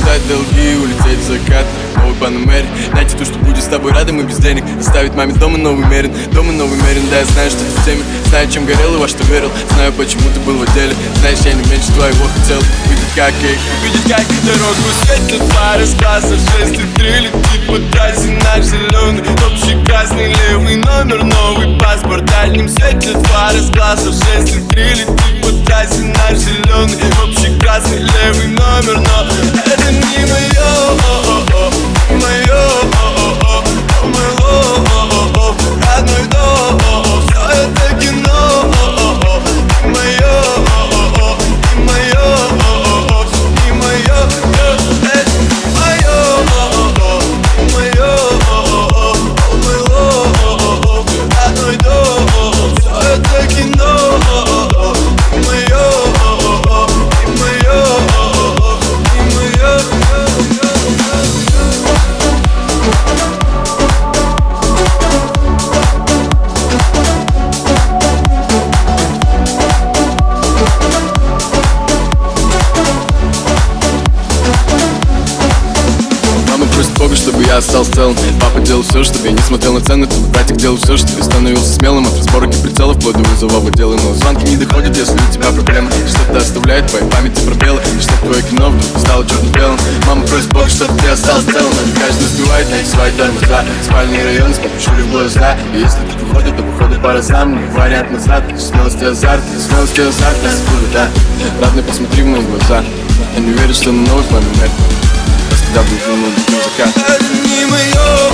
Списать долги и улететь в закат. Новый Панамере, найти то, что будет с тобой рядом и без денег. Оставить маме дома новый Мерин, дома новый Мерин. Да, я знаю, что ты в теме, знаю, чем горел и во что верил. Знаю, почему ты был в отделе. Знаешь, я не меньше твоего хотел видеть, как дорогу светят фары с класса 6 и 3. Летит по трассе наш зеленый, общий красный левый номер, новый паспорт. Дальним светят фары с класса 6 и 3. Летит по трассе наш зеленый, общий красный левый номер. Но это не мое, моего родной дом. Все это кино, не мое, не мое, не мое, это не мое, мое, родной дом. Все это кино, не мое, не мое, не мое. Просит Бога, чтобы я остался целым. Папа делал все, чтобы я не смотрел на цены. Твой братик делал все, чтобы я становился смелым. От разборок и прицелов вплоть до вызова в отделы. Но звонки не доходят, если у тебя проблемы. Что-то оставляет в твоей памяти пробелы. И чтоб твое кино вдруг стало черно-белым. Мама просит Бога, чтобы ты остался целым. Но каждый успевает найти свои тормоза. Спальные районы, смотрю шире в глаза. И если тут выходит, то выходит по разам. Не вариант назад, смелость и азарт. Смелость и азарт, на секунду, да. Родной, посмотри в мои глаза. Я не верю, что на новый Панамере. Когда будет минут закат. Это не мое.